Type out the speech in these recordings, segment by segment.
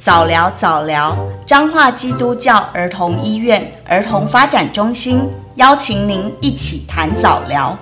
早聊早聊，彰化基督教儿童医院儿童发展中心邀请您一起谈早聊。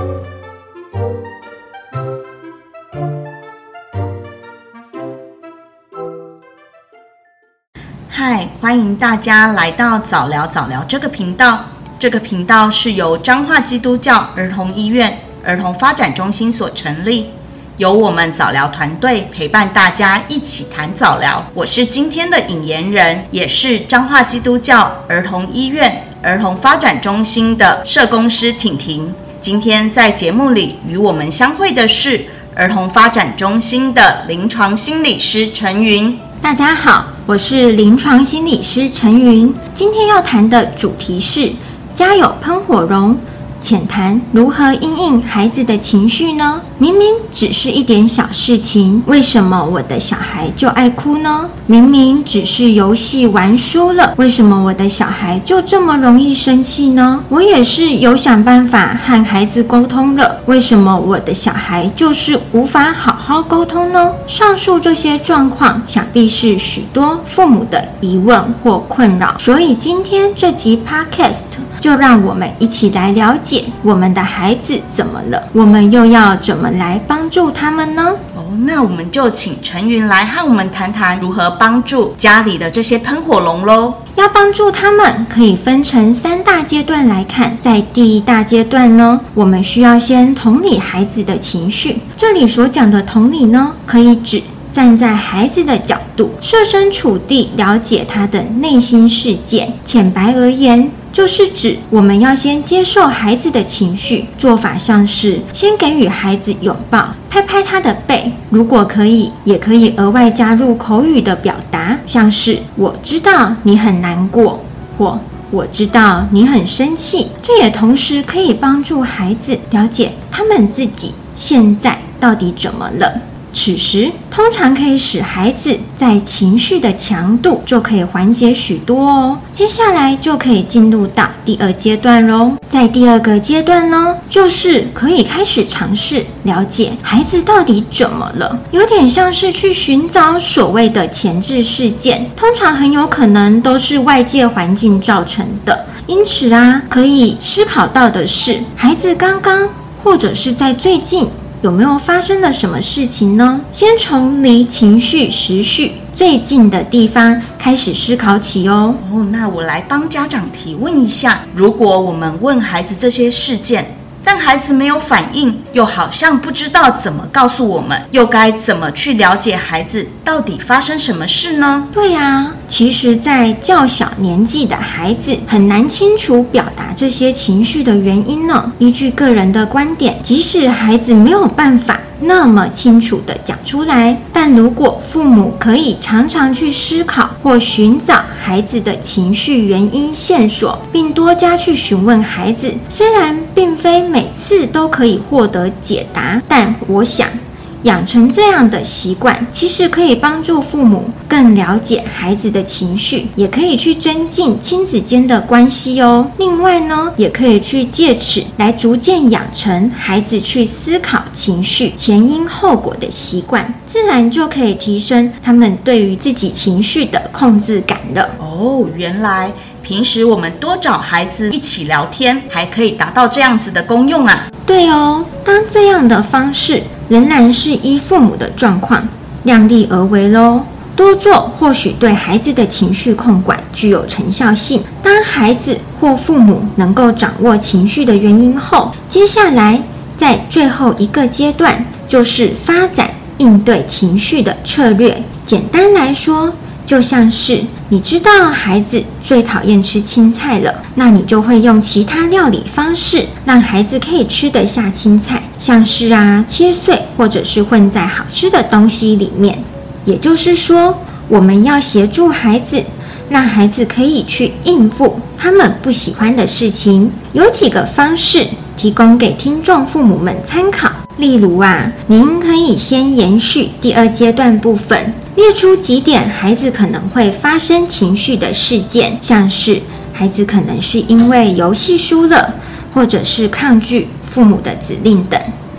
嗨，欢迎大家来到早聊早聊这个频道。这个频道是由彰化基督教儿童医院儿童发展中心所成立，由我们早聊团队陪伴大家一起谈早聊。我是今天的引言人，也是彰化基督教儿童医院儿童发展中心的社工师婷婷。今天在节目里与我们相会的是儿童发展中心的临床心理师陈云。 大家好，我是临床心理师陈云。今天要谈的主题是家有喷火龙，浅谈如何因应孩子的情绪呢？明明只是一点小事情，为什么我的小孩就爱哭呢？明明只是游戏玩输了，为什么我的小孩就这么容易生气呢？我也是有想办法和孩子沟通了，为什么我的小孩就是无法好好沟通呢？上述这些状况，想必是许多父母的疑问或困扰，所以今天这集 Podcast 就让我们一起来了解我们的孩子怎么了，我们又要怎么来帮助他们呢？ 那我们就请陈云来和我们谈谈如何帮助家里的这些喷火龙咯。 要帮助他们，可以分成3大阶段来看。在第一大阶段呢，我们需要先同理孩子的情绪。这里所讲的同理呢，可以指站在孩子的角度，设身处地了解他的内心世界。浅白而言，就是指我们要先接受孩子的情绪，做法像是先给予孩子拥抱，拍拍他的背，如果可以，也可以额外加入口语的表达，像是我知道你很难过，或我知道你很生气。这也同时可以帮助孩子了解他们自己现在到底怎么了。此时通常可以使孩子在情绪的强度就可以缓解许多哦。接下来就可以进入到第2阶段咯。在第2个阶段呢，就是可以开始尝试了解孩子到底怎么了，有点像是去寻找所谓的前置事件，通常很有可能都是外界环境造成的。因此可以思考到的是，孩子刚刚或者是在最近有没有发生了什么事情呢？先从离情绪时序最近的地方开始思考起哦。 那我来帮家长提问一下，如果我们问孩子这些事件，但孩子没有反应，又好像不知道怎么告诉我们，又该怎么去了解孩子到底发生什么事呢？ 对其实在较小年纪的孩子很难清楚表达这些情绪的原因呢。依据个人的观点，即使孩子没有办法那么清楚地讲出来，但如果父母可以常常去思考或寻找孩子的情绪原因线索，并多加去询问孩子，虽然并非每次都可以获得解答，但我想养成这样的习惯，其实可以帮助父母更了解孩子的情绪，也可以去增进亲子间的关系哦。另外呢，也可以去借此来逐渐养成孩子去思考情绪前因后果的习惯，自然就可以提升他们对于自己情绪的控制感了。 原来平时我们多找孩子一起聊天，还可以达到这样子的功用啊。 对哦，当这样的方式仍然是依父母的状况量力而为咯。多做或许对孩子的情绪控管具有成效性。当孩子或父母能够掌握情绪的原因后，接下来在最后一个阶段就是发展应对情绪的策略。简单来说，就像是你知道孩子最讨厌吃青菜了，那你就会用其他料理方式让孩子可以吃得下青菜，像是切碎或者是混在好吃的东西里面。也就是说，我们要协助孩子，让孩子可以去应付他们不喜欢的事情。有几个方式提供给听众父母们参考。例如您可以先延续第2阶段部分，列出几点孩子可能会发生情绪的事件，像是孩子可能是因为游戏输了，或者是抗拒父母的指令等。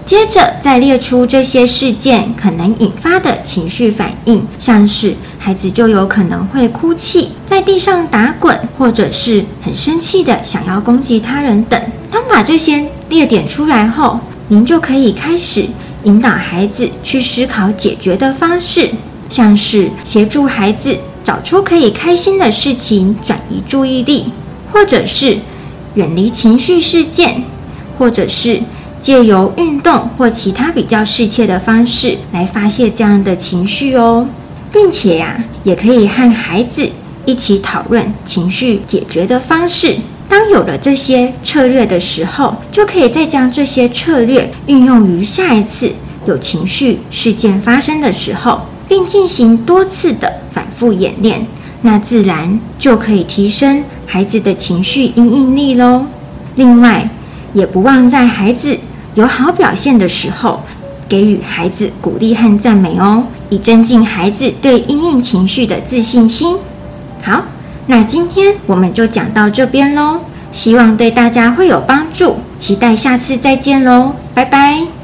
接着再列出这些事件可能引发的情绪反应，像是孩子就有可能会哭泣、在地上打滚，或者是很生气的想要攻击他人等。当把这些列点出来后，您就可以开始引导孩子去思考解决的方式，像是协助孩子找出可以开心的事情，转移注意力，或者是远离情绪事件，或者是借由运动或其他比较适切的方式来发泄这样的情绪哦，并且也可以和孩子一起讨论情绪解决的方式。当有了这些策略的时候，就可以再将这些策略运用于下一次有情绪事件发生的时候，并进行多次的反复演练，那自然就可以提升孩子的情绪因应力咯。另外，也不忘在孩子有好表现的时候，给予孩子鼓励和赞美哦，以增进孩子对因应情绪的自信心。好，那今天我们就讲到这边咯，希望对大家会有帮助，期待下次再见咯，拜拜。